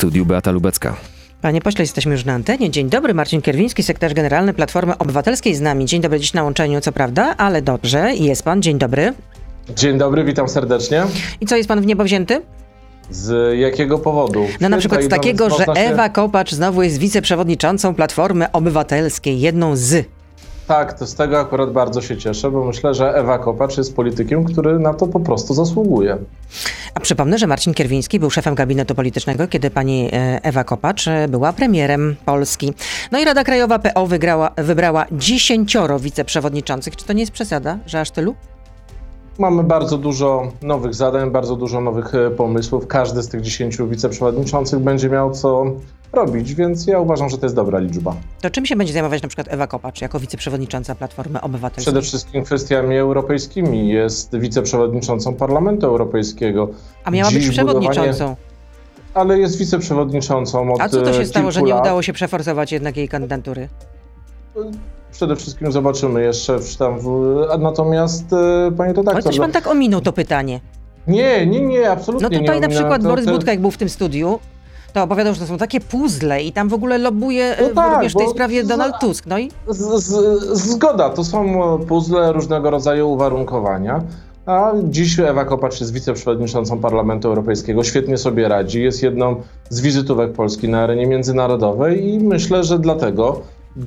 studiu Beata Lubecka. Panie pośle, jesteśmy już na antenie. Dzień dobry, Marcin Kierwiński, sekretarz generalny Platformy Obywatelskiej z nami. Dzień dobry, dziś na łączeniu, co prawda, ale dobrze, jest pan. Dzień dobry. Dzień dobry, witam serdecznie. I co, jest pan w niebo wzięty? Z jakiego powodu? No na przykład z takiego, że Ewa Kopacz znowu jest wiceprzewodniczącą Platformy Obywatelskiej, jedną z. Tak, to z tego akurat bardzo się cieszę, bo myślę, że Ewa Kopacz jest politykiem, który na to po prostu zasługuje. A przypomnę, że Marcin Kierwiński był szefem gabinetu politycznego, kiedy pani Ewa Kopacz była premierem Polski. No i Rada Krajowa PO wybrała 10 wiceprzewodniczących. Czy to nie jest przesada, że aż tylu? Mamy bardzo dużo nowych zadań, bardzo dużo nowych pomysłów. Każdy z tych 10 wiceprzewodniczących będzie miał co robić, więc ja uważam, że to jest dobra liczba. To czym się będzie zajmować na przykład Ewa Kopacz jako wiceprzewodnicząca Platformy Obywatelskiej? Przede wszystkim kwestiami europejskimi. Jest wiceprzewodniczącą Parlamentu Europejskiego. A miała być przewodniczącą. Ale jest wiceprzewodniczącą od A co to się stało, że nie lat. udało się przeforsować jednak jej kandydatury? Przede wszystkim zobaczymy jeszcze natomiast pani redaktor... Ale coś pan tak ominął to pytanie. Nie, absolutnie nie. No tutaj na przykład Borys Budka, jak był w tym studiu, to opowiadał, że to są takie puzzle i tam w ogóle lobbuje również w tej sprawie Donald Tusk. No i? Zgoda, to są puzzle, różnego rodzaju uwarunkowania. A dziś Ewa Kopacz jest wiceprzewodniczącą Parlamentu Europejskiego, świetnie sobie radzi, jest jedną z wizytówek Polski na arenie międzynarodowej i myślę, że dlatego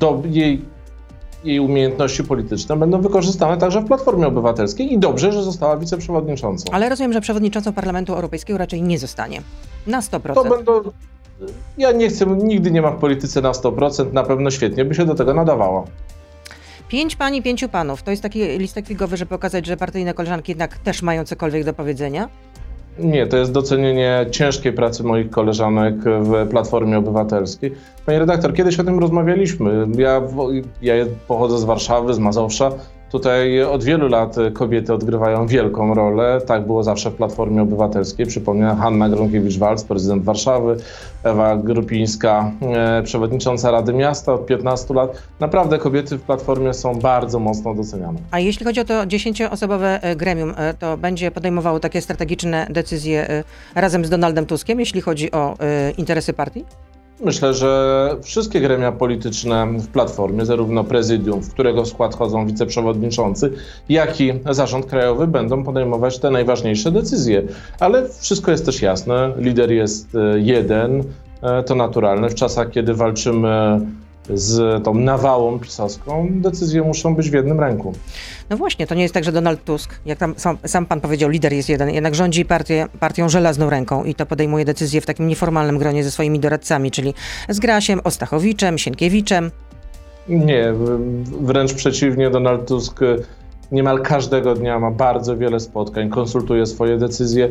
jej umiejętności polityczne będą wykorzystane także w Platformie Obywatelskiej i dobrze, że została wiceprzewodniczącą. Ale rozumiem, że przewodniczącą Parlamentu Europejskiego raczej nie zostanie. Na 100%. Ja nie chcę, nigdy nie ma w polityce na 100%, na pewno świetnie by się do tego nadawała. 5 pań i 5 panów. To jest taki listek figowy, żeby pokazać, że partyjne koleżanki jednak też mają cokolwiek do powiedzenia? Nie, to jest docenienie ciężkiej pracy moich koleżanek w Platformie Obywatelskiej. Pani redaktor, kiedyś o tym rozmawialiśmy. Ja pochodzę z Warszawy, z Mazowsza. Tutaj od wielu lat kobiety odgrywają wielką rolę. Tak było zawsze w Platformie Obywatelskiej. Przypomnę, Hanna Gronkiewicz-Waltz, prezydent Warszawy, Ewa Grupińska, przewodnicząca Rady Miasta od 15 lat. Naprawdę kobiety w Platformie są bardzo mocno doceniane. A jeśli chodzi o to 10-osobowe gremium, to będzie podejmowało takie strategiczne decyzje razem z Donaldem Tuskiem, jeśli chodzi o interesy partii? Myślę, że wszystkie gremia polityczne w Platformie, zarówno prezydium, w którego skład chodzą wiceprzewodniczący, jak i zarząd krajowy będą podejmować te najważniejsze decyzje. Ale wszystko jest też jasne, lider jest jeden, to naturalne. W czasach, kiedy walczymy z tą nawałą pisowską, decyzje muszą być w jednym ręku. No właśnie, to nie jest tak, że Donald Tusk, jak tam sam pan powiedział, lider jest jeden, jednak rządzi partią żelazną ręką i to podejmuje decyzje w takim nieformalnym gronie ze swoimi doradcami, czyli z Grasiem, Ostachowiczem, Sienkiewiczem. Nie, wręcz przeciwnie, Donald Tusk niemal każdego dnia ma bardzo wiele spotkań, konsultuje swoje decyzje.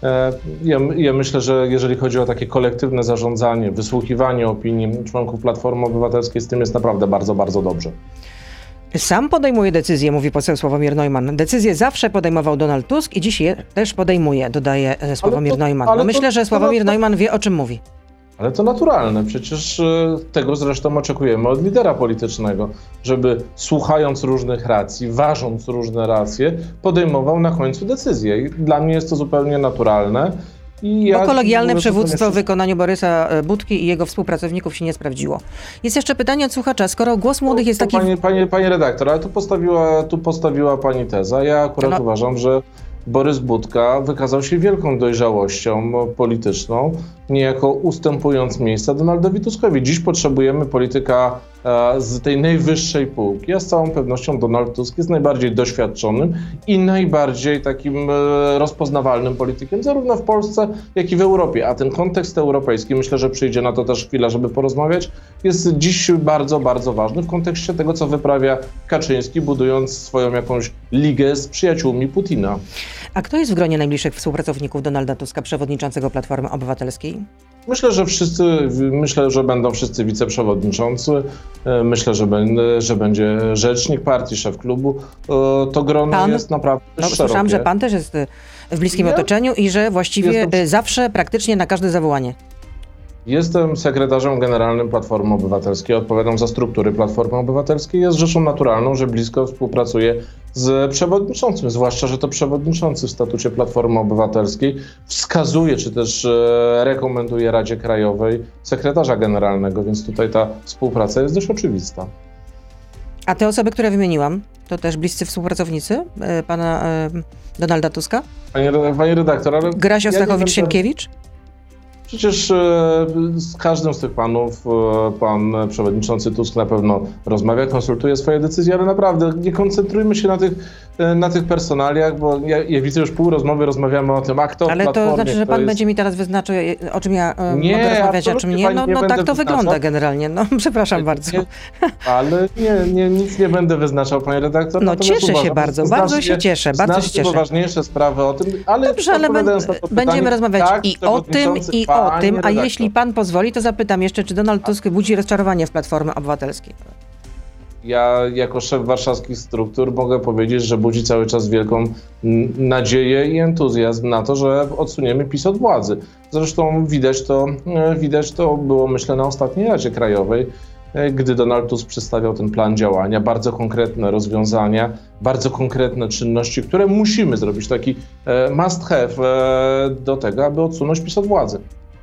Ja myślę, że jeżeli chodzi o takie kolektywne zarządzanie, wysłuchiwanie opinii członków Platformy Obywatelskiej, z tym jest naprawdę bardzo, bardzo dobrze. Sam podejmuje decyzje, mówi poseł Sławomir Neumann. Decyzje zawsze podejmował Donald Tusk i dziś je też podejmuje, dodaje Sławomir Neumann. No myślę, że Sławomir Neumann wie, o czym mówi. Ale to naturalne, przecież tego zresztą oczekujemy od lidera politycznego, żeby słuchając różnych racji, ważąc różne racje, podejmował na końcu decyzję. I dla mnie jest to zupełnie naturalne. Bo kolegialne przywództwo w wykonaniu Borysa Budki i jego współpracowników się nie sprawdziło. Jest jeszcze pytanie od słuchacza, skoro głos młodych jest taki... Pani redaktor, ale tu postawiła pani teza. Ja akurat uważam, że Borys Budka wykazał się wielką dojrzałością polityczną, niejako ustępując miejsca Donaldowi Tuskowi. Dziś potrzebujemy polityka z tej najwyższej półki, a z całą pewnością Donald Tusk jest najbardziej doświadczonym i najbardziej takim rozpoznawalnym politykiem, zarówno w Polsce, jak i w Europie. A ten kontekst europejski, myślę, że przyjdzie na to też chwila, żeby porozmawiać, jest dziś bardzo, bardzo ważny w kontekście tego, co wyprawia Kaczyński, budując swoją jakąś ligę z przyjaciółmi Putina. A kto jest w gronie najbliższych współpracowników Donalda Tuska, przewodniczącego Platformy Obywatelskiej? Myślę, że będą wszyscy wiceprzewodniczący. Myślę, że będzie rzecznik partii, szef klubu. To grono jest naprawdę szerokie. Słyszałam, że pan też jest w bliskim otoczeniu i że właściwie zawsze praktycznie na każde zawołanie. Jestem sekretarzem generalnym Platformy Obywatelskiej, odpowiadam za struktury Platformy Obywatelskiej. Jest rzeczą naturalną, że blisko współpracuję z przewodniczącym, zwłaszcza, że to przewodniczący w statucie Platformy Obywatelskiej wskazuje, czy też rekomenduje Radzie Krajowej sekretarza generalnego, więc tutaj ta współpraca jest dość oczywista. A te osoby, które wymieniłam, to też bliscy współpracownicy pana Donalda Tuska? Pani redaktor, ale... Graś Ostachowicz-Sienkiewicz? Przecież z każdym z tych panów pan przewodniczący Tusk na pewno rozmawia, konsultuje swoje decyzje, ale naprawdę nie koncentrujmy się na tych personaliach, bo ja widzę już pół rozmowy, rozmawiamy o tym, a kto ale w Platformie, to znaczy, że pan będzie mi teraz wyznaczał, o czym ja mogę rozmawiać, a czym nie? No tak to wygląda generalnie. No przepraszam bardzo. Ale nic nie będę wyznaczał, panie redaktor. No cieszę się bardzo się cieszę. Ważniejsze sprawy o tym, ale... Dobrze, ale będziemy rozmawiać tak, i o tym, i o tym, a jeśli pan pozwoli, to zapytam jeszcze, czy Donald Tusk budzi rozczarowanie w Platformie Obywatelskiej? Ja jako szef warszawskich struktur mogę powiedzieć, że budzi cały czas wielką nadzieję i entuzjazm na to, że odsuniemy PiS od władzy. Zresztą widać to było, myślę, na ostatniej Radzie Krajowej, gdy Donald Tusk przedstawiał ten plan działania, bardzo konkretne rozwiązania, bardzo konkretne czynności, które musimy zrobić, taki must have do tego, aby odsunąć PiS od władzy.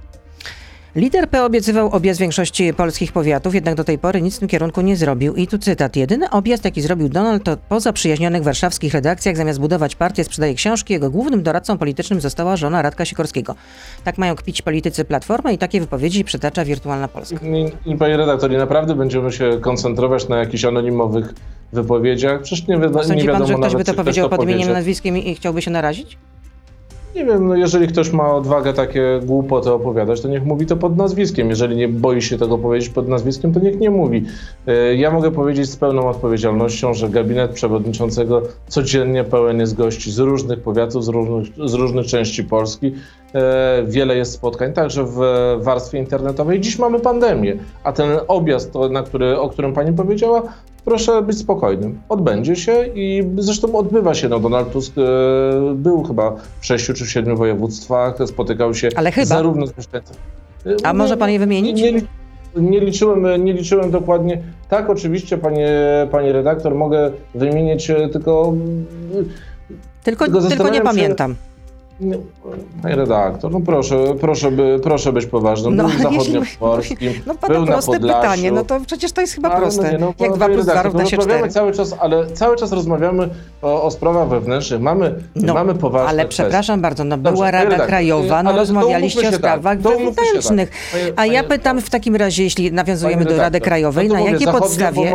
Lider P obiecywał objazd większości polskich powiatów, jednak do tej pory nic w tym kierunku nie zrobił. I tu cytat. Jedyny objazd, jaki zrobił Donald, to po zaprzyjaźnionych warszawskich redakcjach zamiast budować partię, sprzedaje książki. Jego głównym doradcą politycznym została żona Radka Sikorskiego. Tak mają kpić politycy Platformy i takie wypowiedzi przytacza Wirtualna Polska. Panie redaktor, naprawdę będziemy się koncentrować na jakichś anonimowych wypowiedziach? Przecież nie wiadomo. Sądzi pan, że ktoś by to powiedział pod imieniem, powiedział. nazwiskiem i chciałby się narazić? Nie wiem, no jeżeli ktoś ma odwagę takie głupoty opowiadać, to niech mówi to pod nazwiskiem. Jeżeli nie boi się tego powiedzieć pod nazwiskiem, to niech nie mówi. Ja mogę powiedzieć z pełną odpowiedzialnością, że gabinet przewodniczącego codziennie pełen jest gości z różnych powiatów, z różnych części Polski. Wiele jest spotkań, także w warstwie internetowej. Dziś mamy pandemię, a ten objazd, o którym pani powiedziała, proszę być spokojnym. Odbędzie się i zresztą odbywa się. No, Donald Tusk był chyba w 6 czy 7 województwach, spotykał się zarówno z mieszkańcami. A może pan je wymienić? Nie liczyłem dokładnie. Tak, oczywiście, pani redaktor, mogę wymienić, tylko nie pamiętam. Panie redaktor, no proszę być poważnym. Był w zachodniopomorskim, był na Podlasiu. Pytanie, no to przecież to jest chyba proste. Jak 2 + 2 równa się 4. Cały czas rozmawiamy o sprawach wewnętrznych. Mamy poważne ale przepraszam bardzo, była Rada Krajowa, rozmawialiście o sprawach wewnętrznych. A ja pytam w takim razie, jeśli nawiązujemy do Rady Krajowej, na jakiej podstawie,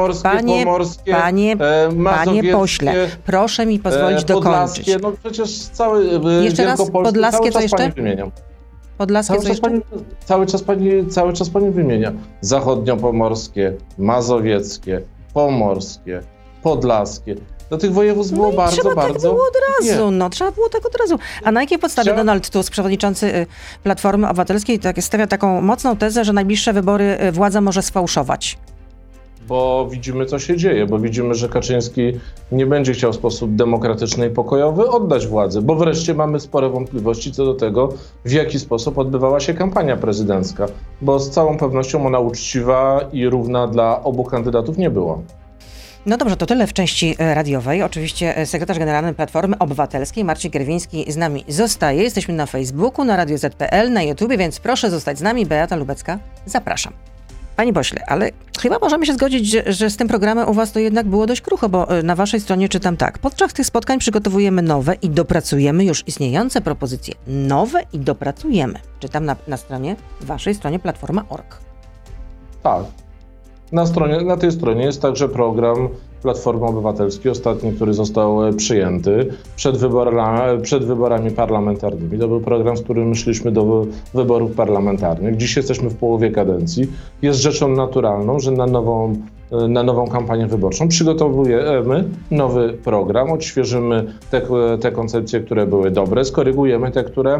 panie pośle, proszę mi pozwolić dokończyć. No przecież cały jeszcze raz, Podlaskie co jeszcze? Podlaskie co jeszcze? Cały czas pani wymienia. Zachodniopomorskie, mazowieckie, pomorskie, podlaskie. Do tych województw było bardzo. Trzeba tak było od razu, trzeba było tak od razu. A na jakiej podstawie Donald Tusk, przewodniczący Platformy Obywatelskiej, stawia taką mocną tezę, że najbliższe wybory władza może sfałszować? Bo widzimy, co się dzieje, bo widzimy, że Kaczyński nie będzie chciał w sposób demokratyczny i pokojowy oddać władzy, bo wreszcie mamy spore wątpliwości co do tego, w jaki sposób odbywała się kampania prezydencka, bo z całą pewnością ona uczciwa i równa dla obu kandydatów nie była. No dobrze, to tyle w części radiowej. Oczywiście sekretarz generalny Platformy Obywatelskiej Marcin Kierwiński z nami zostaje. Jesteśmy na Facebooku, na Radio Z.pl, na YouTubie, więc proszę zostać z nami. Beata Lubecka, zapraszam. Panie pośle, ale chyba możemy się zgodzić, że z tym programem u was to jednak było dość krucho, bo na waszej stronie czytam tak. Podczas tych spotkań przygotowujemy nowe i dopracujemy już istniejące propozycje. Nowe i dopracujemy. Czytam na stronie, waszej stronie platforma.org. Tak. Na tej stronie jest także program Platformy Obywatelskiej, ostatni, który został przyjęty przed wyborami parlamentarnymi. To był program, z którym szliśmy do wyborów parlamentarnych. Dziś jesteśmy w połowie kadencji. Jest rzeczą naturalną, że na nową kampanię wyborczą przygotowujemy nowy program, odświeżymy te koncepcje, które były dobre, skorygujemy te, które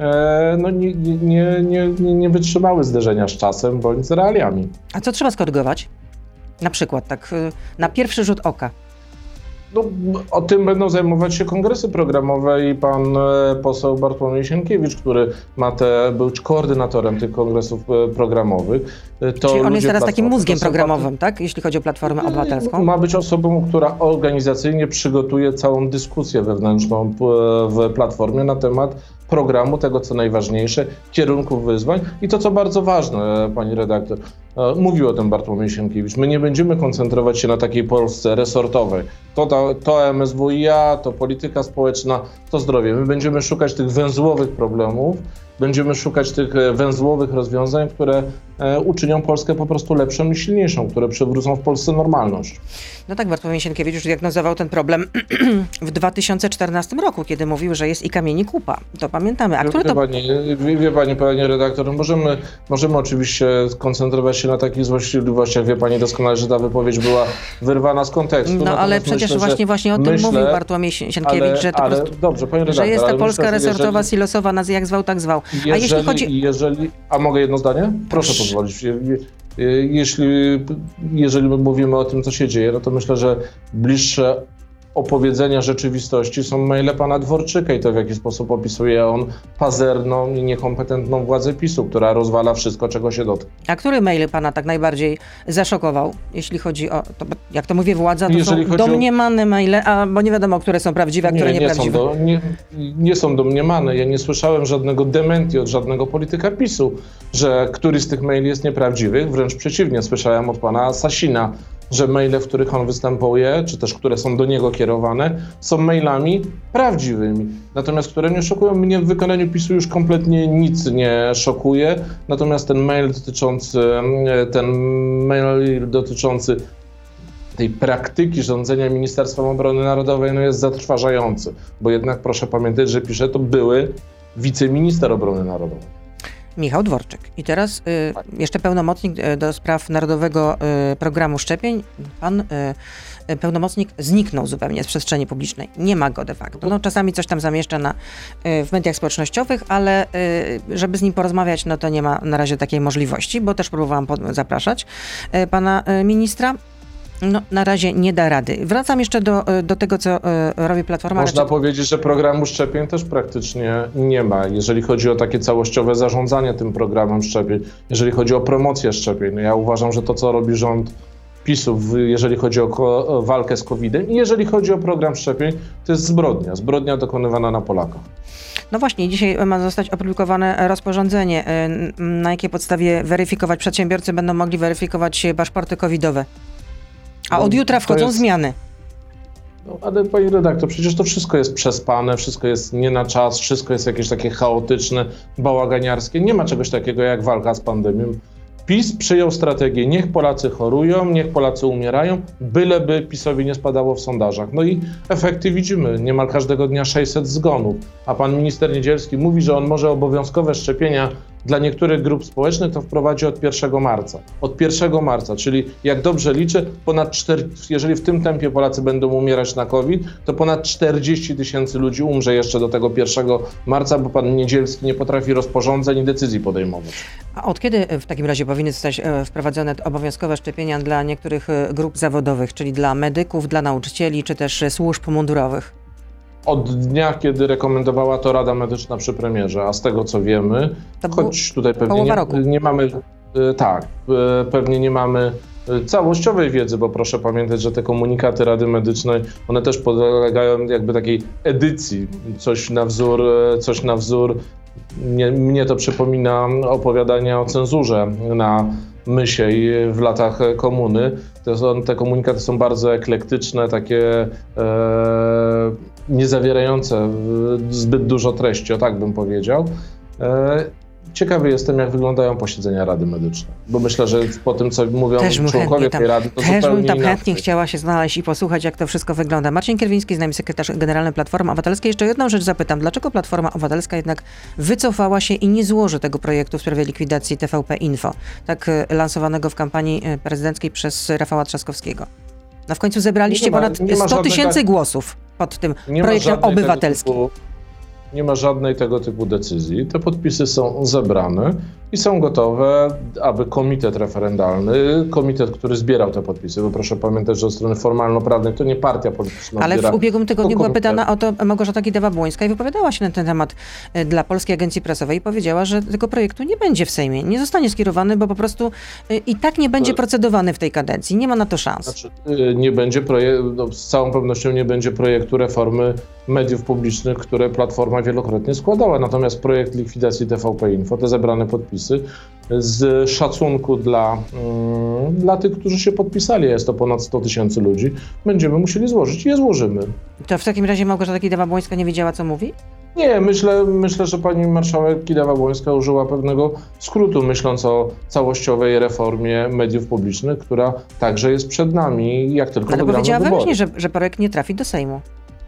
nie wytrzymały zderzenia z czasem bądź z realiami. A co trzeba skorygować? Na przykład, tak na pierwszy rzut oka. No, o tym będą zajmować się kongresy programowe i pan poseł Bartłomiej Sienkiewicz, który był koordynatorem tych kongresów programowych. Czyli on jest teraz takim mózgiem programowym, tak? Jeśli chodzi o Platformę Obywatelską? Ma być osobą, która organizacyjnie przygotuje całą dyskusję wewnętrzną w Platformie na temat programu, tego co najważniejsze, kierunków wyzwań i to co bardzo ważne, pani redaktor, mówił o tym Bartłomiej Sienkiewicz, my nie będziemy koncentrować się na takiej Polsce resortowej. To MSWiA, to polityka społeczna, to zdrowie. My będziemy szukać tych węzłowych problemów, będziemy szukać tych węzłowych rozwiązań, które uczynią Polskę po prostu lepszą i silniejszą, które przywrócą w Polsce normalność. No tak, Bartłomiej Sienkiewicz już diagnozował ten problem w 2014 roku, kiedy mówił, że jest i kamień i kupa. To pamiętamy. A który to... Wie pani, panie redaktor, możemy oczywiście skoncentrować się na takich złośliwościach. Wie pani doskonale, że ta wypowiedź była wyrwana z kontekstu. No ale przecież myślę, właśnie o tym mówił Bartłomiej Sienkiewicz, że to po prostu, dobrze, panie redaktor, że jest ta Polska myślę, resortowa, silosowa, jak zwał, tak zwał. A mogę jedno zdanie? Proszę pozwolić. Jeżeli mówimy o tym, co się dzieje, no to myślę, że bliższe opowiedzenia rzeczywistości są maile pana Dworczyka i to, w jaki sposób opisuje on pazerną i niekompetentną władzę PiS-u, która rozwala wszystko, czego się dotknie. A który mail pana tak najbardziej zaszokował, jeśli chodzi o, to, jak to mówię, władza, to są domniemane maile, bo nie wiadomo, które są prawdziwe, a które nieprawdziwe. Nie są domniemane. Ja nie słyszałem żadnego dementi od żadnego polityka PiS-u, że któryś z tych maili jest nieprawdziwy. Wręcz przeciwnie, słyszałem od pana Sasina, że maile, w których on występuje, czy też które są do niego kierowane, są mailami prawdziwymi. Natomiast które nie szokują mnie, w wykonaniu PiS-u już kompletnie nic nie szokuje. Natomiast ten mail dotyczący tej praktyki rządzenia Ministerstwem Obrony Narodowej jest zatrważający. Bo jednak proszę pamiętać, że pisze to były wiceminister obrony narodowej. Michał Dworczyk. I teraz jeszcze pełnomocnik do spraw Narodowego Programu Szczepień. Pan pełnomocnik zniknął zupełnie z przestrzeni publicznej. Nie ma go de facto. No, czasami coś tam zamieszcza w mediach społecznościowych, ale żeby z nim porozmawiać, no to nie ma na razie takiej możliwości, bo też próbowałam zapraszać pana ministra. No, na razie nie da rady. Wracam jeszcze do tego, co robi Platforma. Można powiedzieć, że programu szczepień też praktycznie nie ma. Jeżeli chodzi o takie całościowe zarządzanie tym programem szczepień, jeżeli chodzi o promocję szczepień, no ja uważam, że to, co robi rząd PiS-u, jeżeli chodzi o walkę z COVID-em i jeżeli chodzi o program szczepień, to jest zbrodnia. Zbrodnia dokonywana na Polakach. No właśnie, dzisiaj ma zostać opublikowane rozporządzenie, na jakiej podstawie weryfikować, przedsiębiorcy będą mogli weryfikować paszporty covidowe. A od jutra wchodzą zmiany. No, ale pani redaktor, przecież to wszystko jest przespane, wszystko jest nie na czas, wszystko jest jakieś takie chaotyczne, bałaganiarskie. Nie ma czegoś takiego jak walka z pandemią. PiS przyjął strategię, niech Polacy chorują, niech Polacy umierają, byleby PiS-owi nie spadało w sondażach. No i efekty widzimy, niemal każdego dnia 600 zgonów. A pan minister Niedzielski mówi, że on może obowiązkowe szczepienia dla niektórych grup społecznych to wprowadzi od 1 marca. Od 1 marca, czyli jak dobrze liczę, jeżeli w tym tempie Polacy będą umierać na COVID, to ponad 40 000 ludzi umrze jeszcze do tego 1 marca, bo pan Niedzielski nie potrafi rozporządzeń i decyzji podejmować. A od kiedy w takim razie powinny zostać wprowadzone obowiązkowe szczepienia dla niektórych grup zawodowych, czyli dla medyków, dla nauczycieli, czy też służb mundurowych? Od dnia, kiedy rekomendowała to Rada Medyczna przy premierze, a z tego co wiemy, choć tutaj pewnie nie mamy, pewnie nie mamy całościowej wiedzy, bo proszę pamiętać, że te komunikaty Rady Medycznej, one też podlegają jakby takiej edycji, coś na wzór, mnie to przypomina opowiadania o cenzurze na Mysiej w latach komuny. Te komunikaty są bardzo eklektyczne, takie nie zawierające zbyt dużo treści, o tak bym powiedział. Ciekawy jestem, jak wyglądają posiedzenia Rady Medycznej, bo myślę, że po tym, co mówią członkowie tej Rady, to zupełnie inaczej. Też bym tam chętnie chciała się znaleźć i posłuchać, jak to wszystko wygląda. Marcin Kierwiński, z nami sekretarz generalny Platformy Obywatelskiej. Jeszcze jedną rzecz zapytam. Dlaczego Platforma Obywatelska jednak wycofała się i nie złoży tego projektu w sprawie likwidacji TVP Info, tak lansowanego w kampanii prezydenckiej przez Rafała Trzaskowskiego? No w końcu zebraliście ponad 100 000 głosów pod tym projektem obywatelskim. Nie ma żadnej tego typu decyzji. Te podpisy są zebrane. i są gotowe, aby komitet referendalny, komitet, który zbierał te podpisy, bo proszę pamiętać, że od strony formalno-prawnej to nie partia polityczna Ale zbiera, w ubiegłym tygodniu była komitet. pytana o to Małgorzata Kidawa-Błońska i wypowiadała się na ten temat dla Polskiej Agencji Prasowej i powiedziała, że tego projektu nie będzie w Sejmie, nie zostanie skierowany, bo po prostu i tak nie będzie procedowany w tej kadencji, nie ma na to szans. Znaczy, nie będzie z całą pewnością nie będzie projektu reformy mediów publicznych, które Platforma wielokrotnie składała. Natomiast projekt likwidacji TVP Info, te zebrane podpisy z szacunku dla tych, którzy się podpisali, jest to ponad 100 000 ludzi, będziemy musieli złożyć i je złożymy. To w takim razie Małgorzata Kidawa-Błońska nie wiedziała, co mówi? Nie, myślę, że pani marszałek Kidawa-Błońska użyła pewnego skrótu, myśląc o całościowej reformie mediów publicznych, która także jest przed nami, jak tylko Ale wygramy powiedziała wybory. wyraźnie, że projekt nie trafi do Sejmu.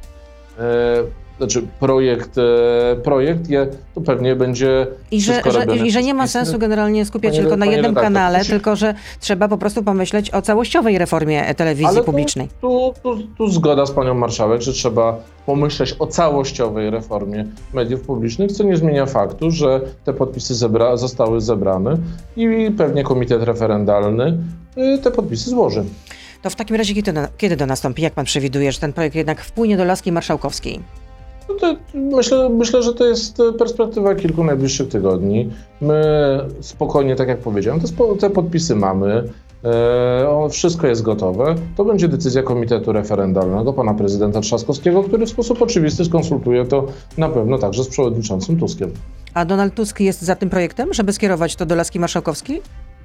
Znaczy projekt to pewnie będzie I że nie ma sensu generalnie skupiać się tylko na jednym kanale, tylko że trzeba po prostu pomyśleć o całościowej reformie telewizji publicznej. Tu zgoda z panią marszałek, że trzeba pomyśleć o całościowej reformie mediów publicznych, co nie zmienia faktu, że te podpisy zostały zebrane i pewnie komitet referendalny te podpisy złoży. To w takim razie kiedy to nastąpi? Jak pan przewiduje, że ten projekt jednak wpłynie do laski marszałkowskiej? Myślę, że to jest perspektywa kilku najbliższych tygodni. My spokojnie, tak jak powiedziałem, te podpisy mamy. Wszystko jest gotowe. To będzie decyzja Komitetu Referendalnego pana prezydenta Trzaskowskiego, który w sposób oczywisty skonsultuje to na pewno także z przewodniczącym Tuskiem. A Donald Tusk jest za tym projektem, żeby skierować to do laski marszałkowskiej?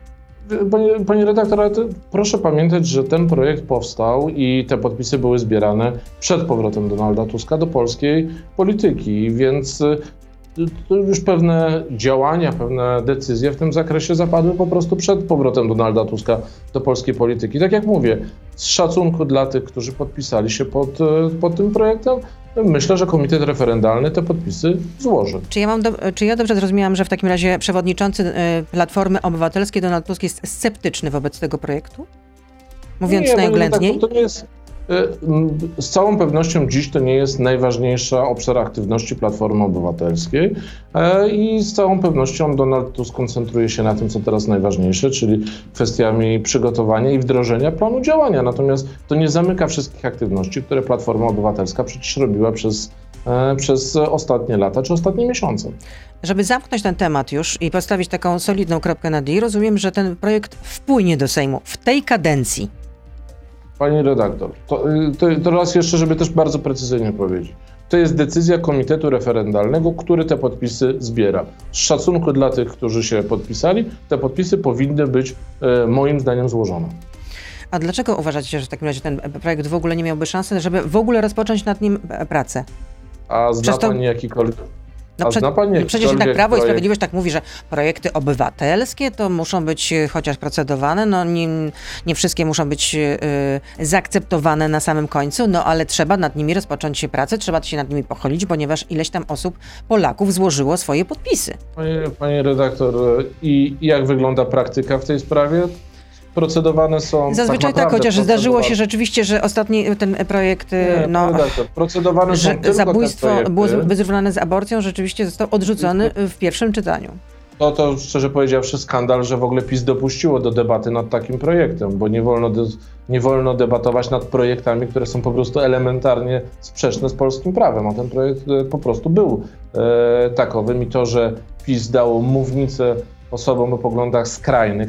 Pani redaktor, ale proszę pamiętać, że ten projekt powstał i te podpisy były zbierane przed powrotem Donalda Tuska do polskiej polityki, więc to już pewne działania, pewne decyzje w tym zakresie zapadły po prostu przed powrotem Donalda Tuska do polskiej polityki. Tak jak mówię, z szacunku dla tych, którzy podpisali się pod tym projektem, myślę, że komitet referendalny te podpisy złoży. Czy ja dobrze zrozumiałam, że w takim razie przewodniczący Platformy Obywatelskiej Donald Tusk jest sceptyczny wobec tego projektu? Mówiąc najoględniej? To nie jest, z całą pewnością dziś to nie jest najważniejszy obszar aktywności Platformy Obywatelskiej i z całą pewnością Donald Tusk koncentruje się na tym, co teraz najważniejsze, czyli kwestiami przygotowania i wdrożenia planu działania. Natomiast to nie zamyka wszystkich aktywności, które Platforma Obywatelska przecież robiła przez ostatnie lata czy ostatnie miesiące. Żeby zamknąć ten temat już i postawić taką solidną kropkę na D, rozumiem, że ten projekt wpłynie do Sejmu w tej kadencji. Pani redaktor, to raz jeszcze, żeby też bardzo precyzyjnie powiedzieć. To jest decyzja Komitetu Referendalnego, który te podpisy zbiera. Z szacunku dla tych, którzy się podpisali, te podpisy powinny być moim zdaniem złożone. A dlaczego uważacie, że w takim razie ten projekt w ogóle nie miałby szansy, żeby w ogóle rozpocząć nad nim pracę? A zna pani jakikolwiek... Przecież jednak Prawo i Sprawiedliwość tak mówi, że projekty obywatelskie to muszą być chociaż procedowane, no nie wszystkie muszą być zaakceptowane na samym końcu, no ale trzeba nad nimi rozpocząć pracę, trzeba się nad nimi pochylić, ponieważ ileś tam osób, Polaków złożyło swoje podpisy. Pani redaktor, i jak wygląda praktyka w tej sprawie? Procedowane są... Zazwyczaj tak, chociaż zdarzyło się rzeczywiście, że ostatni ten projekt, procedowane są tylko zabójstwo te było wyzrównane z aborcją, rzeczywiście został odrzucony w pierwszym czytaniu. To szczerze powiedziawszy skandal, że w ogóle PiS dopuściło do debaty nad takim projektem, bo nie wolno debatować nad projektami, które są po prostu elementarnie sprzeczne z polskim prawem, a ten projekt po prostu był takowym i to, że PiS dało mównicę osobom o poglądach skrajnych,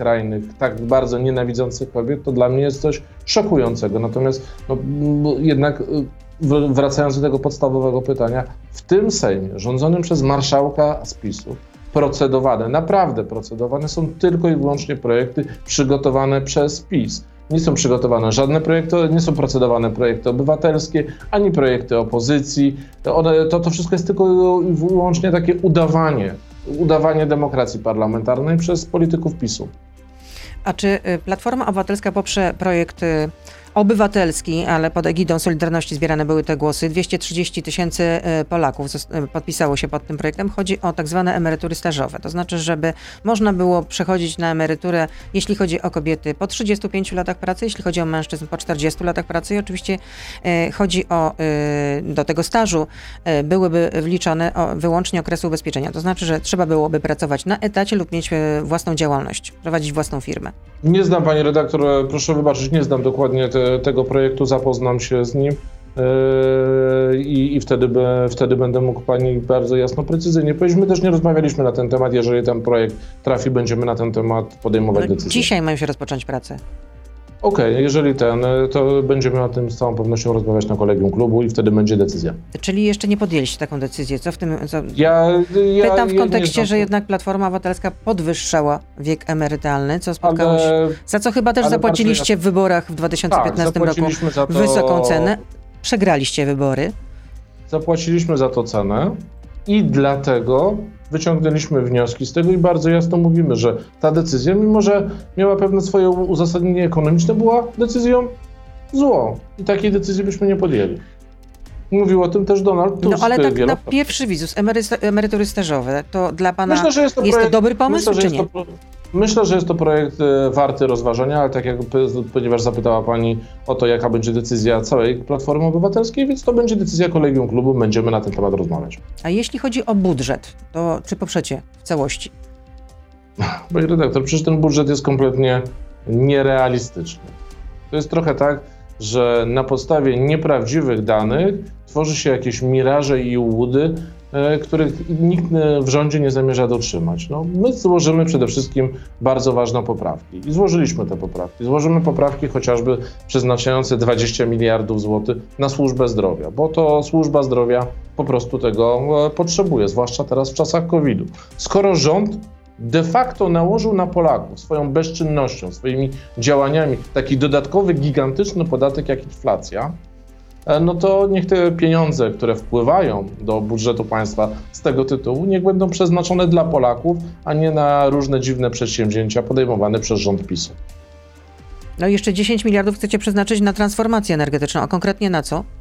tak bardzo nienawidzących kobiet, to dla mnie jest coś szokującego. Natomiast jednak wracając do tego podstawowego pytania, w tym Sejmie, rządzonym przez marszałka z PiS-u, naprawdę procedowane są tylko i wyłącznie projekty przygotowane przez PiS. Nie są przygotowane żadne projekty, nie są procedowane projekty obywatelskie, ani projekty opozycji. To wszystko jest tylko i wyłącznie takie udawanie demokracji parlamentarnej przez polityków PiS-u. A czy Platforma Obywatelska poprze projekt obywatelski, ale pod egidą Solidarności zbierane były te głosy. 230 000 Polaków podpisało się pod tym projektem. Chodzi o tak zwane emerytury stażowe. To znaczy, żeby można było przechodzić na emeryturę, jeśli chodzi o kobiety po 35 latach pracy, jeśli chodzi o mężczyzn po 40 latach pracy i oczywiście chodzi o, do tego stażu byłyby wliczone wyłącznie okresy ubezpieczenia. To znaczy, że trzeba byłoby pracować na etacie lub mieć własną działalność, prowadzić własną firmę. Nie znam, pani redaktor, proszę wybaczyć, nie znam dokładnie tego projektu, zapoznam się z nim i wtedy będę mógł pani bardzo jasno, precyzyjnie powiedzieć. My też nie rozmawialiśmy na ten temat, jeżeli ten projekt trafi, będziemy na ten temat podejmować decyzję. Dzisiaj mają się rozpocząć prace. Okej, jeżeli to będziemy o tym z całą pewnością rozmawiać na kolegium klubu i wtedy będzie decyzja. Czyli jeszcze nie podjęliście taką decyzję. Co w tym... Pytam w kontekście, że jednak Platforma Obywatelska podwyższała wiek emerytalny, co spotkało się... Za co chyba też zapłaciliście w wyborach w 2015 roku wysoką cenę. Przegraliście wybory. Zapłaciliśmy za to cenę i dlatego wyciągnęliśmy wnioski z tego i bardzo jasno mówimy, że ta decyzja, mimo że miała pewne swoje uzasadnienie ekonomiczne, była decyzją złą i takiej decyzji byśmy nie podjęli. Mówił o tym też Donald Tusk. No ale tak na pierwszy wizus, emerytury stażowe, to dla pana myślę, że jest to dobry pomysł, czy nie? Myślę, że jest to projekt warty rozważenia, ale tak jak, ponieważ zapytała pani o to, jaka będzie decyzja całej Platformy Obywatelskiej, więc to będzie decyzja kolegium klubu, będziemy na ten temat rozmawiać. A jeśli chodzi o budżet, to czy poprzecie w całości? Panie redaktor, przecież ten budżet jest kompletnie nierealistyczny. To jest trochę tak, że na podstawie nieprawdziwych danych tworzy się jakieś miraże i ułudy, których nikt w rządzie nie zamierza dotrzymać. No, my złożymy przede wszystkim bardzo ważne poprawki i złożyliśmy te poprawki. Złożymy poprawki chociażby przeznaczające 20 miliardów złotych na służbę zdrowia, bo to służba zdrowia po prostu tego potrzebuje, zwłaszcza teraz w czasach COVID-u. Skoro rząd de facto nałożył na Polaków swoją bezczynnością, swoimi działaniami taki dodatkowy, gigantyczny podatek jak inflacja, no to niech te pieniądze, które wpływają do budżetu państwa z tego tytułu, niech będą przeznaczone dla Polaków, a nie na różne dziwne przedsięwzięcia podejmowane przez rząd PiS-u. No i jeszcze 10 miliardów chcecie przeznaczyć na transformację energetyczną, a konkretnie na co?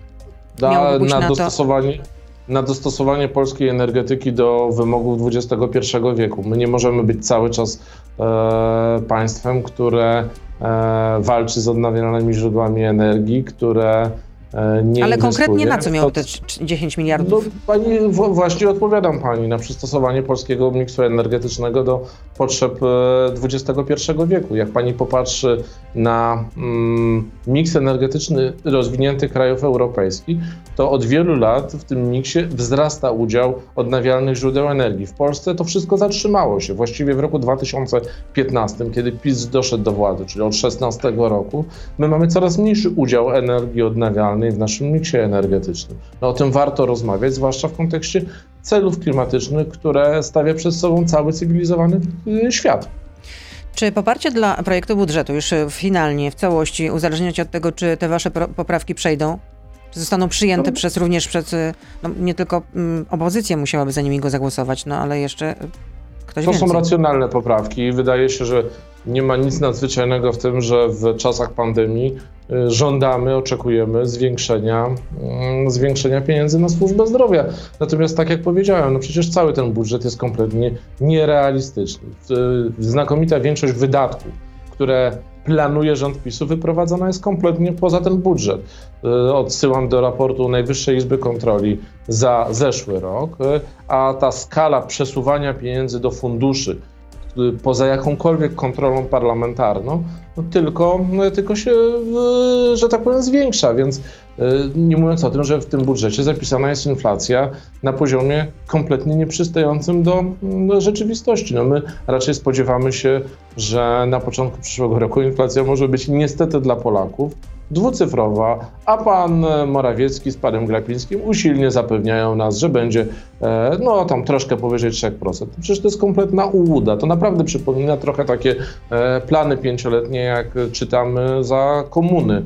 Na dostosowanie polskiej energetyki do wymogów XXI wieku. My nie możemy być cały czas państwem, które walczy z odnawialnymi źródłami energii, które nie Ale inwestuje. konkretnie na co miało te 10 miliardów? No, pani, właśnie odpowiadam pani na przystosowanie polskiego miksu energetycznego do potrzeb XXI wieku. Jak pani popatrzy na miks energetyczny rozwiniętych krajów europejskich, to od wielu lat w tym miksie wzrasta udział odnawialnych źródeł energii. W Polsce to wszystko zatrzymało się. Właściwie w roku 2015, kiedy PiS doszedł do władzy, czyli od 2016 roku, my mamy coraz mniejszy udział energii odnawialnej w naszym miksie energetycznym. No, o tym warto rozmawiać, zwłaszcza w kontekście celów klimatycznych, które stawia przed sobą cały cywilizowany świat. Czy poparcie dla projektu budżetu już finalnie, w całości, uzależnia się od tego, czy te wasze poprawki przejdą? Czy zostaną przyjęte również przez, no, nie tylko opozycja musiałaby za nimi go zagłosować, no ale jeszcze ktoś więcej. To są racjonalne poprawki i wydaje się, że nie ma nic nadzwyczajnego w tym, że w czasach pandemii żądamy, oczekujemy zwiększenia pieniędzy na służbę zdrowia. Natomiast tak jak powiedziałem, no przecież cały ten budżet jest kompletnie nierealistyczny. Znakomita większość wydatków, które planuje rząd PiS-u, wyprowadzona jest kompletnie poza ten budżet. Odsyłam do raportu Najwyższej Izby Kontroli za zeszły rok, a ta skala przesuwania pieniędzy do funduszy poza jakąkolwiek kontrolą parlamentarną, no tylko się, że tak powiem, zwiększa, więc nie mówiąc o tym, że w tym budżecie zapisana jest inflacja na poziomie kompletnie nieprzystającym do rzeczywistości. No my raczej spodziewamy się, że na początku przyszłego roku inflacja może być niestety dla Polaków dwucyfrowa, a pan Morawiecki z panem Glapińskim usilnie zapewniają nas, że będzie no tam troszkę powyżej 3%. Przecież to jest kompletna ułuda. To naprawdę przypomina trochę takie plany 5-letnie, jak czytamy za komuny.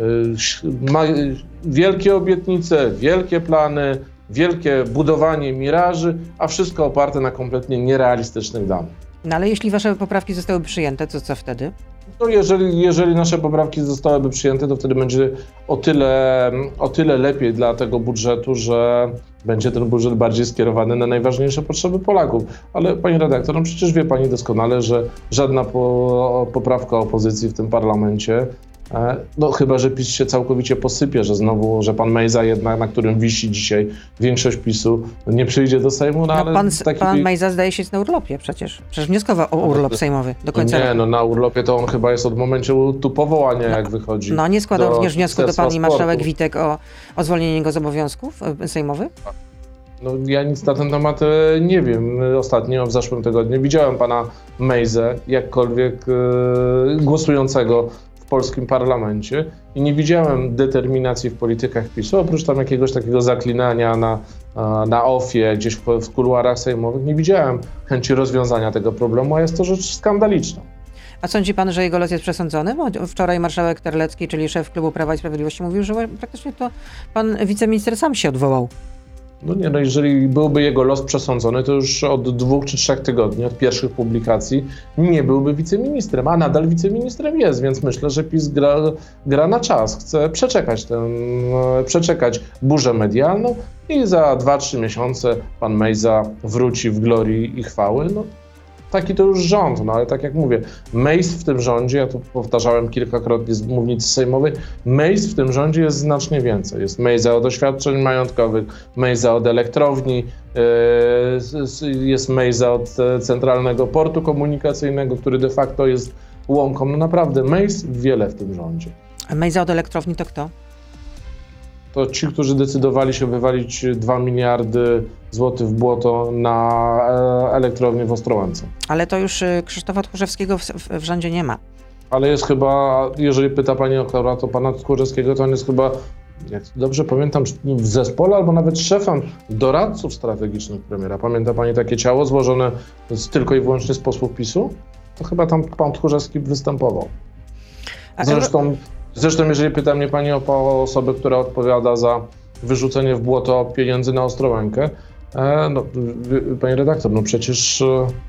Wielkie obietnice, wielkie plany, wielkie budowanie miraży, a wszystko oparte na kompletnie nierealistycznych danych. No ale jeśli wasze poprawki zostały przyjęte, to co wtedy? No jeżeli nasze poprawki zostałyby przyjęte, to wtedy będzie o tyle lepiej dla tego budżetu, że będzie ten budżet bardziej skierowany na najważniejsze potrzeby Polaków. Ale pani redaktor, no przecież wie pani doskonale, że żadna poprawka opozycji w tym parlamencie, no chyba że PiS się całkowicie posypie, że pan Mejza jednak, na którym wisi dzisiaj większość PiS-u, nie przyjdzie do Sejmu. No, ale pan Mejza zdaje się jest na urlopie przecież. Przecież wnioskował o urlop sejmowy do końca roku. Nie, no na urlopie to on chyba jest od momentu tu powołania, jak wychodzi. No nie składał również wniosku do pani marszałek Witek o zwolnienie go z obowiązków sejmowych? No ja nic na ten temat nie wiem. Ostatnio, w zeszłym tygodniu, widziałem pana Mejzę, jakkolwiek głosującego w polskim parlamencie i nie widziałem determinacji w politykach PiS-u, oprócz tam jakiegoś takiego zaklinania na ofie, gdzieś w kuluarach sejmowych. Nie widziałem chęci rozwiązania tego problemu, a jest to rzecz skandaliczna. A sądzi pan, że jego los jest przesądzony? Bo wczoraj marszałek Terlecki, czyli szef klubu Prawa i Sprawiedliwości, mówił, że praktycznie to pan wiceminister sam się odwołał. No nie, no jeżeli byłby jego los przesądzony, to już od 2 czy 3 tygodni, od pierwszych publikacji, nie byłby wiceministrem, a nadal wiceministrem jest, więc myślę, że PiS gra na czas. Chce przeczekać burzę medialną i za 2-3 miesiące pan Mejza wróci w glorii i chwały. No, taki to już rząd, no ale tak jak mówię, Mejz w tym rządzie, ja to powtarzałem kilkakrotnie z mównicy sejmowej, Mejz w tym rządzie jest znacznie więcej. Jest Mejza od oświadczeń majątkowych, Mejza od elektrowni, jest Mejza od centralnego portu komunikacyjnego, który de facto jest łąką. No naprawdę, Mejz wiele w tym rządzie. A Mejza od elektrowni to kto? To ci, którzy decydowali się wywalić 2 miliardy złotych w błoto na elektrownię w Ostrołęce. Ale to już Krzysztofa Tchórzewskiego w rządzie nie ma. Ale jest chyba, jeżeli pyta pani o to pana Tchórzewskiego, to on jest chyba, jak dobrze pamiętam, w zespole albo nawet szefem doradców strategicznych premiera. Pamięta pani takie ciało złożone tylko i wyłącznie z posłów PiS-u? To chyba tam pan Tchórzewski występował. Zresztą, jeżeli pyta mnie pani o osobę, która odpowiada za wyrzucenie w błoto pieniędzy na Ostrołękę, no, pani redaktor, no przecież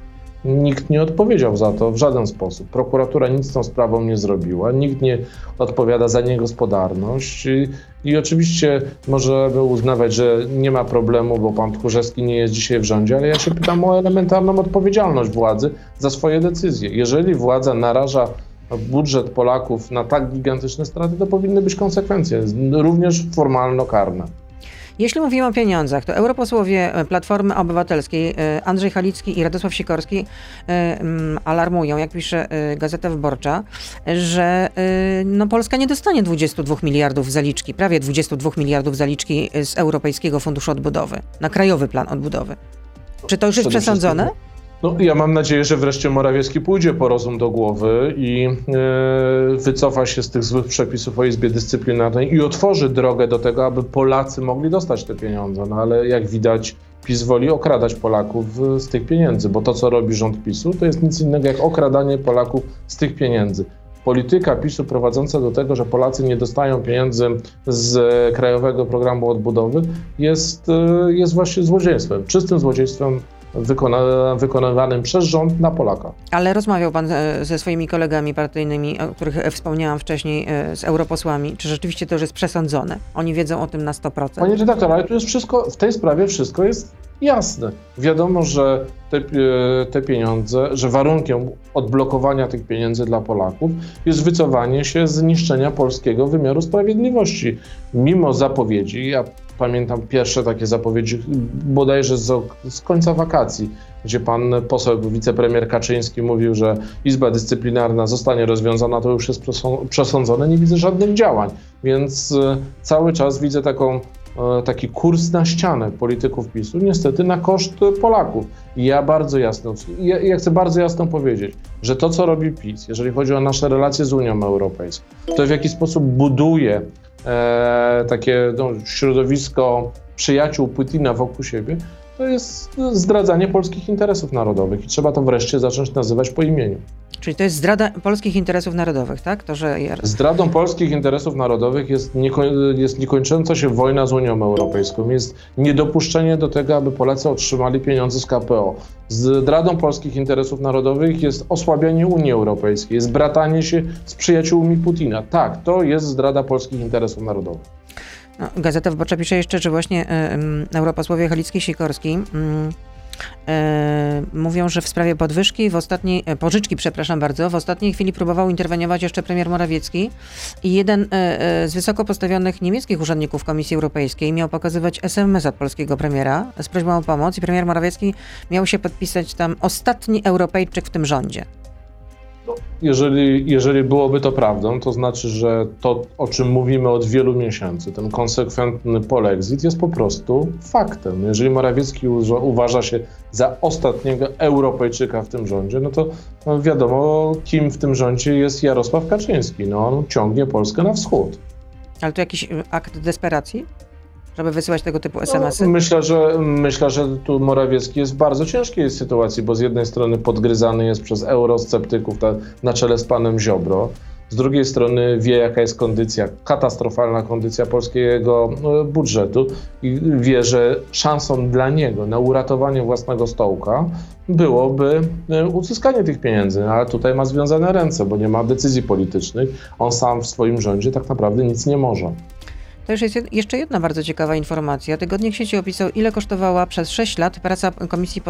nikt nie odpowiedział za to w żaden sposób. Prokuratura nic z tą sprawą nie zrobiła, nikt nie odpowiada za niegospodarność i oczywiście możemy uznawać, że nie ma problemu, bo pan Tchórzewski nie jest dzisiaj w rządzie, ale ja się pytam o elementarną odpowiedzialność władzy za swoje decyzje. Jeżeli władza naraża budżet Polaków na tak gigantyczne straty, to powinny być konsekwencje, również formalno-karne. Jeśli mówimy o pieniądzach, to europosłowie Platformy Obywatelskiej Andrzej Halicki i Radosław Sikorski alarmują, jak pisze Gazeta Wyborcza, że no, Polska nie dostanie 22 miliardów zaliczki, prawie 22 miliardów zaliczki z Europejskiego Funduszu Odbudowy na Krajowy Plan Odbudowy. Czy to już jest przesądzone? No, ja mam nadzieję, że wreszcie Morawiecki pójdzie po rozum do głowy i wycofa się z tych złych przepisów o Izbie Dyscyplinarnej i otworzy drogę do tego, aby Polacy mogli dostać te pieniądze. No ale jak widać, PiS woli okradać Polaków z tych pieniędzy, bo to, co robi rząd PiS-u, to jest nic innego jak okradanie Polaków z tych pieniędzy. Polityka PiS-u prowadząca do tego, że Polacy nie dostają pieniędzy z Krajowego Programu Odbudowy jest właśnie złodziejstwem, czystym złodziejstwem wykonywanym przez rząd na Polaka. Ale rozmawiał pan ze swoimi kolegami partyjnymi, o których wspomniałam wcześniej, z europosłami. Czy rzeczywiście to już jest przesądzone? Oni wiedzą o tym na 100%? Panie redaktor, ale tu jest wszystko, w tej sprawie wszystko jest jasne. Wiadomo, że te pieniądze, że warunkiem odblokowania tych pieniędzy dla Polaków jest wycofanie się z niszczenia polskiego wymiaru sprawiedliwości. Mimo zapowiedzi, ja pamiętam pierwsze takie zapowiedzi bodajże z końca wakacji, gdzie pan poseł, wicepremier Kaczyński mówił, że Izba Dyscyplinarna zostanie rozwiązana, to już jest przesądzone, nie widzę żadnych działań. Więc cały czas widzę taki kurs na ścianę polityków PiS-u, niestety na koszt Polaków. I ja chcę bardzo jasno powiedzieć, że to, co robi PiS, jeżeli chodzi o nasze relacje z Unią Europejską, to w jaki sposób buduje takie środowisko przyjaciół Putina wokół siebie, to jest zdradzanie polskich interesów narodowych i trzeba to wreszcie zacząć nazywać po imieniu. Czyli to jest zdrada polskich interesów narodowych, tak? To, że... Zdradą polskich interesów narodowych jest niekończąca się wojna z Unią Europejską, jest niedopuszczenie do tego, aby Polacy otrzymali pieniądze z KPO. Zdradą polskich interesów narodowych jest osłabianie Unii Europejskiej, jest bratanie się z przyjaciółmi Putina. Tak, to jest zdrada polskich interesów narodowych. No, Gazeta Wyborcza pisze jeszcze, że właśnie europosłowie Halicki i Sikorski mówią, że w sprawie pożyczki, w ostatniej chwili próbował interweniować jeszcze premier Morawiecki i jeden z wysoko postawionych niemieckich urzędników Komisji Europejskiej miał pokazywać SMS od polskiego premiera z prośbą o pomoc i premier Morawiecki miał się podpisać tam ostatni Europejczyk w tym rządzie. No, jeżeli byłoby to prawdą, to znaczy, że to, o czym mówimy od wielu miesięcy, ten konsekwentny polexit jest po prostu faktem. Jeżeli Morawiecki uważa się za ostatniego Europejczyka w tym rządzie, no to wiadomo, kim w tym rządzie jest Jarosław Kaczyński. No, on ciągnie Polskę na wschód. Ale to jakiś akt desperacji? Żeby wysyłać tego typu SMS-y? No, myślę, że tu Morawiecki jest w bardzo ciężkiej sytuacji, bo z jednej strony podgryzany jest przez eurosceptyków na czele z panem Ziobro, z drugiej strony wie, jaka jest katastrofalna kondycja polskiego budżetu i wie, że szansą dla niego na uratowanie własnego stołka byłoby uzyskanie tych pieniędzy, ale tutaj ma związane ręce, bo nie ma decyzji politycznych. On sam w swoim rządzie tak naprawdę nic nie może. To już jest jeszcze jedna bardzo ciekawa informacja. Tygodnik Sieci opisał, ile kosztowała przez 6 lat praca komisji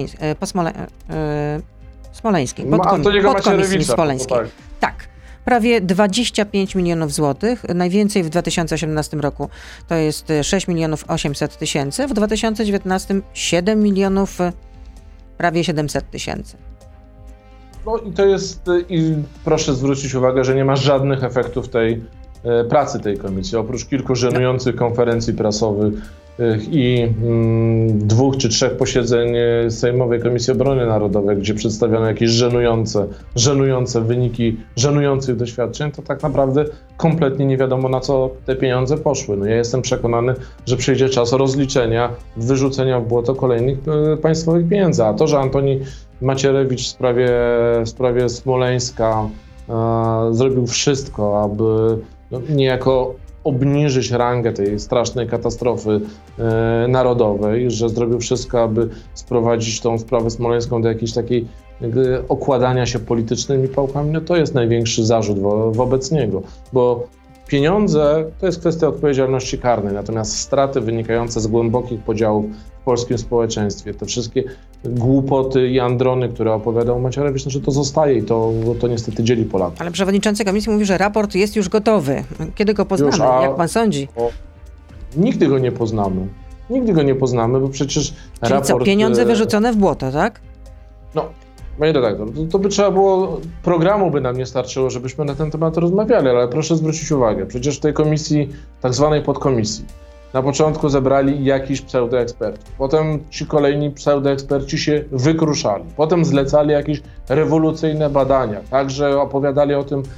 smoleńskiej. Podkomisji smoleńskiej. Tak. Prawie 25 milionów złotych. Najwięcej w 2018 roku to jest 6 milionów 800 tysięcy. W 2019 7 milionów prawie 700 tysięcy. No i to jest, i proszę zwrócić uwagę, że nie ma żadnych efektów tej pracy tej komisji. Oprócz kilku żenujących konferencji prasowych i 2 czy 3 posiedzeń Sejmowej Komisji Obrony Narodowej, gdzie przedstawiono jakieś żenujące wyniki żenujących doświadczeń, to tak naprawdę kompletnie nie wiadomo, na co te pieniądze poszły. No ja jestem przekonany, że przyjdzie czas rozliczenia, wyrzucenia w błoto kolejnych państwowych pieniędzy. A to, że Antoni Macierewicz w sprawie Smoleńska zrobił wszystko, aby niejako obniżyć rangę tej strasznej katastrofy narodowej, że zrobił wszystko, aby sprowadzić tą sprawę smoleńską do jakiejś takiej okładania się politycznymi pałkami, no to jest największy zarzut wobec niego, bo pieniądze to jest kwestia odpowiedzialności karnej, natomiast straty wynikające z głębokich podziałów w polskim społeczeństwie, te wszystkie głupoty i androny, które opowiadał Macierewicz, że to zostaje i to niestety dzieli Polaków. Ale przewodniczący komisji mówi, że raport jest już gotowy. Kiedy go poznamy? Jak pan sądzi? Nigdy go nie poznamy. Nigdy go nie poznamy, bo przecież Czyli raport... co, pieniądze wyrzucone w błoto, tak? No, panie redaktor, to by trzeba było, programu by nam nie starczyło, żebyśmy na ten temat rozmawiali, ale proszę zwrócić uwagę, przecież w tej komisji, tak zwanej podkomisji, na początku zebrali jakiś pseudoekspertów, potem ci kolejni pseudoeksperci się wykruszali, potem zlecali jakieś rewolucyjne badania, także opowiadali o tym,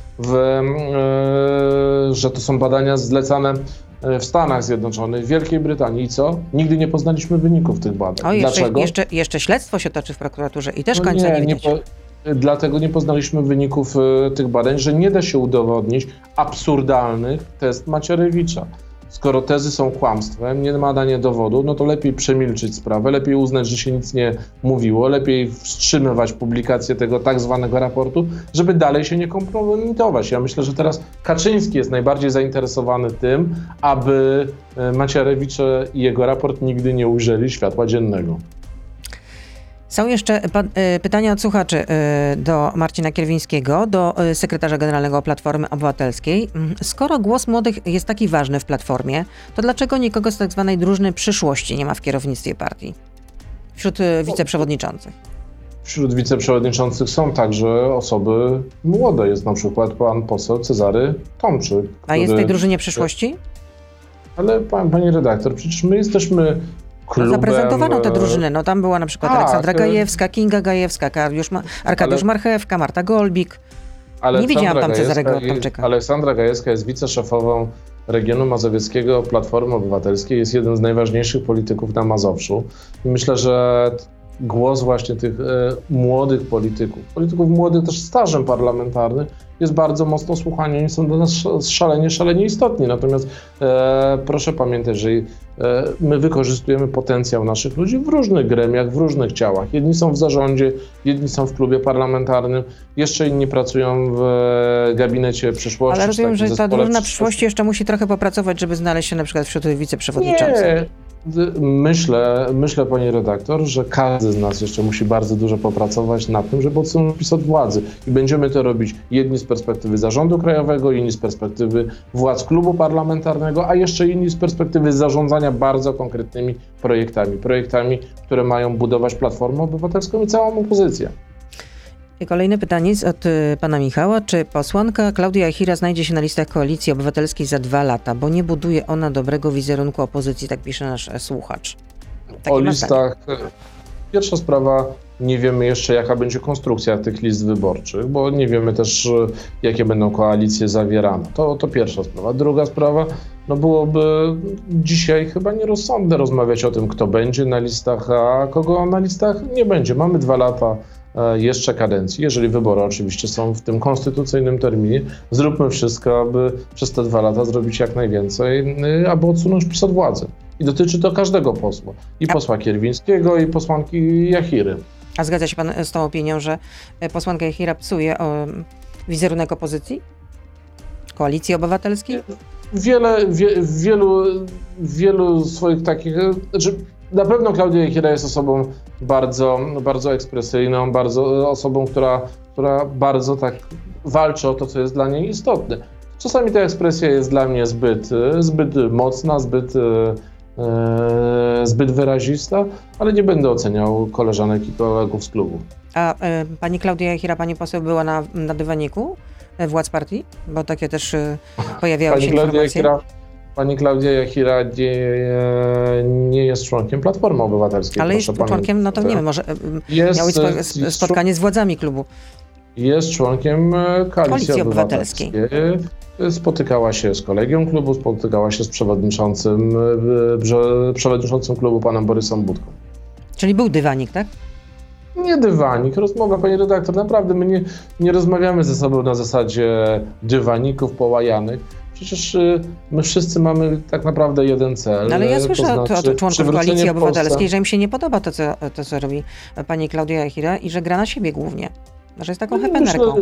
że to są badania zlecane w Stanach Zjednoczonych, w Wielkiej Brytanii. I co? Nigdy nie poznaliśmy wyników tych badań. Dlaczego? Jeszcze śledztwo się toczy w prokuraturze i też końca nie widać. Dlatego nie poznaliśmy wyników tych badań, że nie da się udowodnić absurdalnych tez Macierewicza. Skoro tezy są kłamstwem, nie ma dania dowodu, no to lepiej przemilczyć sprawę, lepiej uznać, że się nic nie mówiło, lepiej wstrzymywać publikację tego tak zwanego raportu, żeby dalej się nie kompromitować. Ja myślę, że teraz Kaczyński jest najbardziej zainteresowany tym, aby Macierewicz i jego raport nigdy nie ujrzeli światła dziennego. Są jeszcze pytania od słuchaczy do Marcina Kierwińskiego, do sekretarza generalnego Platformy Obywatelskiej. Skoro głos młodych jest taki ważny w Platformie, to dlaczego nikogo z tak zwanej drużyny przyszłości nie ma w kierownictwie partii? Wśród wiceprzewodniczących. Wśród wiceprzewodniczących są także osoby młode. Jest na przykład pan poseł Cezary Tomczyk. A jest w tej drużynie przyszłości? Ale pani redaktor, przecież my jesteśmy klubem... Zaprezentowano tę drużynę. No tam była na przykład Aleksandra Gajewska, Kinga Gajewska, Arkadiusz Marchewka, Marta Golbik. Nie widziałam tam Cezarego Tomczyka. Aleksandra Gajewska jest wiceszefową regionu mazowieckiego Platformy Obywatelskiej, jest jeden z najważniejszych polityków na Mazowszu. I myślę, że głos właśnie tych młodych polityków młodych też stażem parlamentarnym, jest bardzo mocno słuchany. Oni są dla nas szalenie istotni. Natomiast proszę pamiętać, że my wykorzystujemy potencjał naszych ludzi w różnych gremiach, w różnych ciałach. Jedni są w zarządzie, jedni są w klubie parlamentarnym, jeszcze inni pracują w gabinecie przyszłości. Ale rozumiem, że ta drużyna przyszłości jeszcze musi trochę popracować, żeby znaleźć się na przykład wśród wiceprzewodniczących. Nie. Myślę, pani redaktor, że każdy z nas jeszcze musi bardzo dużo popracować nad tym, żeby odsunąć PiS od władzy. I będziemy to robić jedni z perspektywy zarządu krajowego, inni z perspektywy władz klubu parlamentarnego, a jeszcze inni z perspektywy zarządzania bardzo konkretnymi projektami, które mają budować Platformę Obywatelską i całą opozycję. I kolejne pytanie jest od pana Michała. Czy posłanka Klaudia Jachira znajdzie się na listach Koalicji Obywatelskiej za 2 lata, bo nie buduje ona dobrego wizerunku opozycji, tak pisze nasz słuchacz. O listach. Pierwsza sprawa, nie wiemy jeszcze, jaka będzie konstrukcja tych list wyborczych, bo nie wiemy też, jakie będą koalicje zawierane. To pierwsza sprawa. Druga sprawa, no byłoby dzisiaj chyba nierozsądne rozmawiać o tym, kto będzie na listach, a kogo na listach nie będzie. Mamy 2 lata jeszcze kadencji. Jeżeli wybory oczywiście są w tym konstytucyjnym terminie, zróbmy wszystko, aby przez te 2 lata zrobić jak najwięcej, aby odsunąć PiS od władzy. I dotyczy to każdego posła. I posła Kierwińskiego, i posłanki Jachiry. A zgadza się pan z tą opinią, że posłanka Jachira psuje wizerunek opozycji? Koalicji Obywatelskiej? Wielu swoich takich... Na pewno Klaudia Jachira jest osobą bardzo ekspresyjną, osobą, która bardzo tak walczy o to, co jest dla niej istotne. Czasami ta ekspresja jest dla mnie zbyt mocna, zbyt wyrazista, ale nie będę oceniał koleżanek i kolegów z klubu. A pani Klaudia Jachira, pani poseł, była na dywaniku władz partii? Bo takie też pojawiały się informacje. Pani Klaudia Jachira nie jest członkiem Platformy Obywatelskiej. Ale jest członkiem, no to nie wiem, może miało spotkanie z władzami klubu. Jest członkiem Koalicji Obywatelskiej. Spotykała się z kolegium klubu, spotykała się z przewodniczącym klubu panem Borysem Budką. Czyli był dywanik, tak? Nie dywanik, rozmowa, pani redaktor. Naprawdę my nie rozmawiamy ze sobą na zasadzie dywaników połajanych. Przecież my wszyscy mamy tak naprawdę jeden cel. No ale ja słyszę od członków Koalicji Obywatelskiej, że im się nie podoba to, co robi pani Klaudia Jachira i że gra na siebie głównie. Że jest taką hepenerką.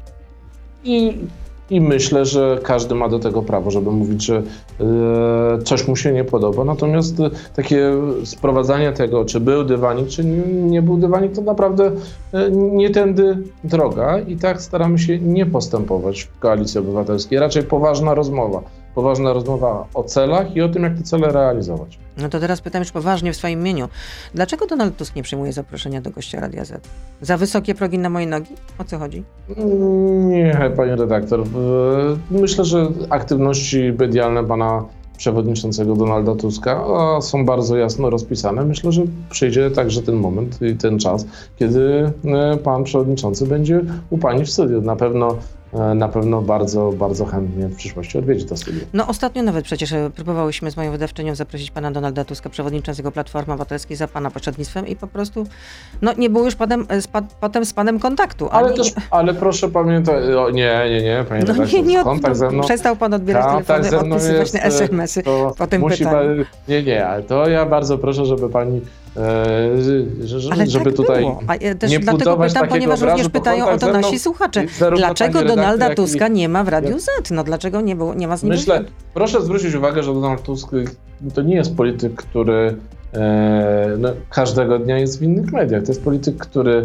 I myślę, że każdy ma do tego prawo, żeby mówić, że coś mu się nie podoba. Natomiast takie sprowadzanie tego, czy był dywanik, czy nie był dywanik, to naprawdę nie tędy droga. I tak staramy się nie postępować w Koalicji Obywatelskiej. Raczej poważna rozmowa o celach i o tym, jak te cele realizować. No to teraz pytam już poważnie w swoim imieniu. Dlaczego Donald Tusk nie przyjmuje zaproszenia do gościa Radia Z? Za wysokie progi na moje nogi? O co chodzi? Nie, pani redaktor. Myślę, że aktywności medialne pana przewodniczącego Donalda Tuska są bardzo jasno rozpisane. Myślę, że przyjdzie także ten moment i ten czas, kiedy pan przewodniczący będzie u pani w studiu. Na pewno bardzo, bardzo chętnie w przyszłości odwiedzi to studio. No ostatnio nawet przecież próbowałyśmy z moją wydawczynią zaprosić pana Donalda Tuska, przewodniczącego Platformy Obywatelskiej, za pana pośrednictwem i po prostu nie było już potem z panem kontaktu. Ale proszę pamiętać, nie, panie redaktor, kontakt ze mną... Przestał pan odbierać telefony, odpisywać na SMS-y po tym pytaniu. Ale to ja bardzo proszę, żeby pani... żeby tak tutaj też nie dlatego budować pytam, ponieważ również pytają o to nasi słuchacze. Dlaczego Donalda Tuska nie ma w Radiu Z? No dlaczego nie ma z nim? Proszę zwrócić uwagę, że Donald Tusk to nie jest polityk, który każdego dnia jest w innych mediach. To jest polityk, który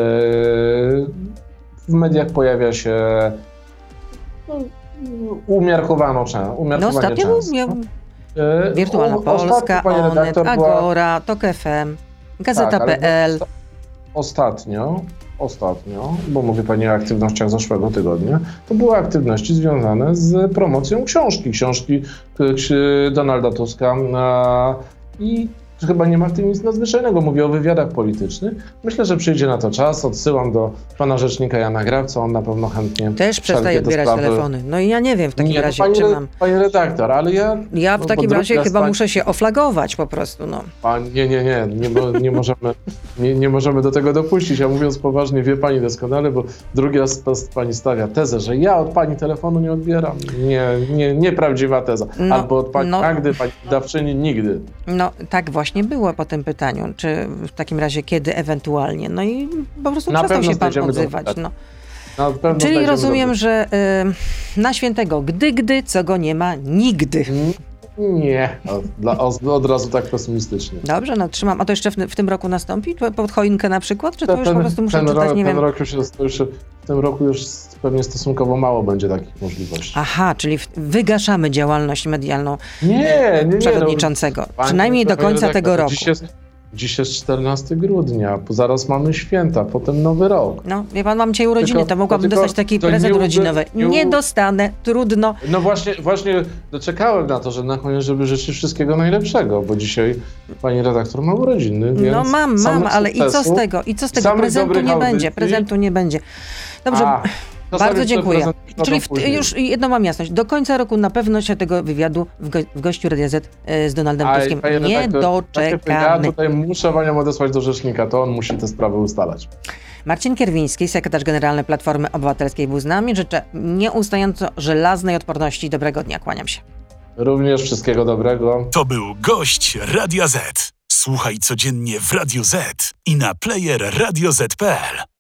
w mediach pojawia się umiarkowanie często. Ostatnio Wirtualna Polska, Onet, Agora, TOK FM, Gazeta.pl. Ostatnio, bo mówi pani o aktywnościach zeszłego tygodnia, to były aktywności związane z promocją książki Donalda Tuska i że chyba nie ma w tym nic nadzwyczajnego. Mówię o wywiadach politycznych. Myślę, że przyjdzie na to czas. Odsyłam do pana rzecznika Jana Grawca. On na pewno chętnie Też przestaje odbierać telefony. No i ja nie wiem w takim razie, czy mam... Pani redaktor, ale ja... Ja w takim razie chyba muszę się oflagować po prostu, no. Nie możemy do tego dopuścić. Ja mówiąc poważnie, wie pani doskonale, bo drugi raz pani stawia tezę, że ja od pani telefonu nie odbieram. Nieprawdziwa teza. No, Albo od pani Magdy, pani dawczyni nigdy. No tak właśnie było po tym pytaniu. Czy w takim razie kiedy ewentualnie? No i po prostu przestał się pan odzywać. No. Czyli rozumiem, że na świętego gdy, co go nie ma nigdy. Nie, od razu tak pesymistycznie. Dobrze, no trzymam. A to jeszcze w tym roku nastąpi? Pod choinkę na przykład? Czy to już po prostu muszę czytać, nie wiem? W tym roku już pewnie stosunkowo mało będzie takich możliwości. Aha, czyli wygaszamy działalność medialną przewodniczącego. No, przynajmniej do końca tego roku. Dziś jest 14 grudnia, zaraz mamy święta, potem Nowy Rok. No, wie pan, mam dzisiaj urodziny, to mogłabym dostać taki prezent urodzinowy. Nie dostanę, trudno. No właśnie doczekałem na to, że na koniec, żeby życzyć wszystkiego najlepszego, bo dzisiaj pani redaktor ma urodziny, więc... No mam, ale i co z tego? I co z tego? Prezentu nie będzie. Dobrze. Bardzo dziękuję. Czyli już jedno mam jasność. Do końca roku na pewno się tego wywiadu w gościu Radia Z z Donaldem Tuskiem nie doczekamy. Ja tutaj muszę panią odesłać do rzecznika, to on musi te sprawy ustalać. Marcin Kierwiński, sekretarz generalny Platformy Obywatelskiej był z nami. Życzę nieustająco żelaznej odporności i dobrego dnia. Kłaniam się. Również wszystkiego dobrego. To był gość Radia Z. Słuchaj codziennie w Radio Z i na player radioz.pl.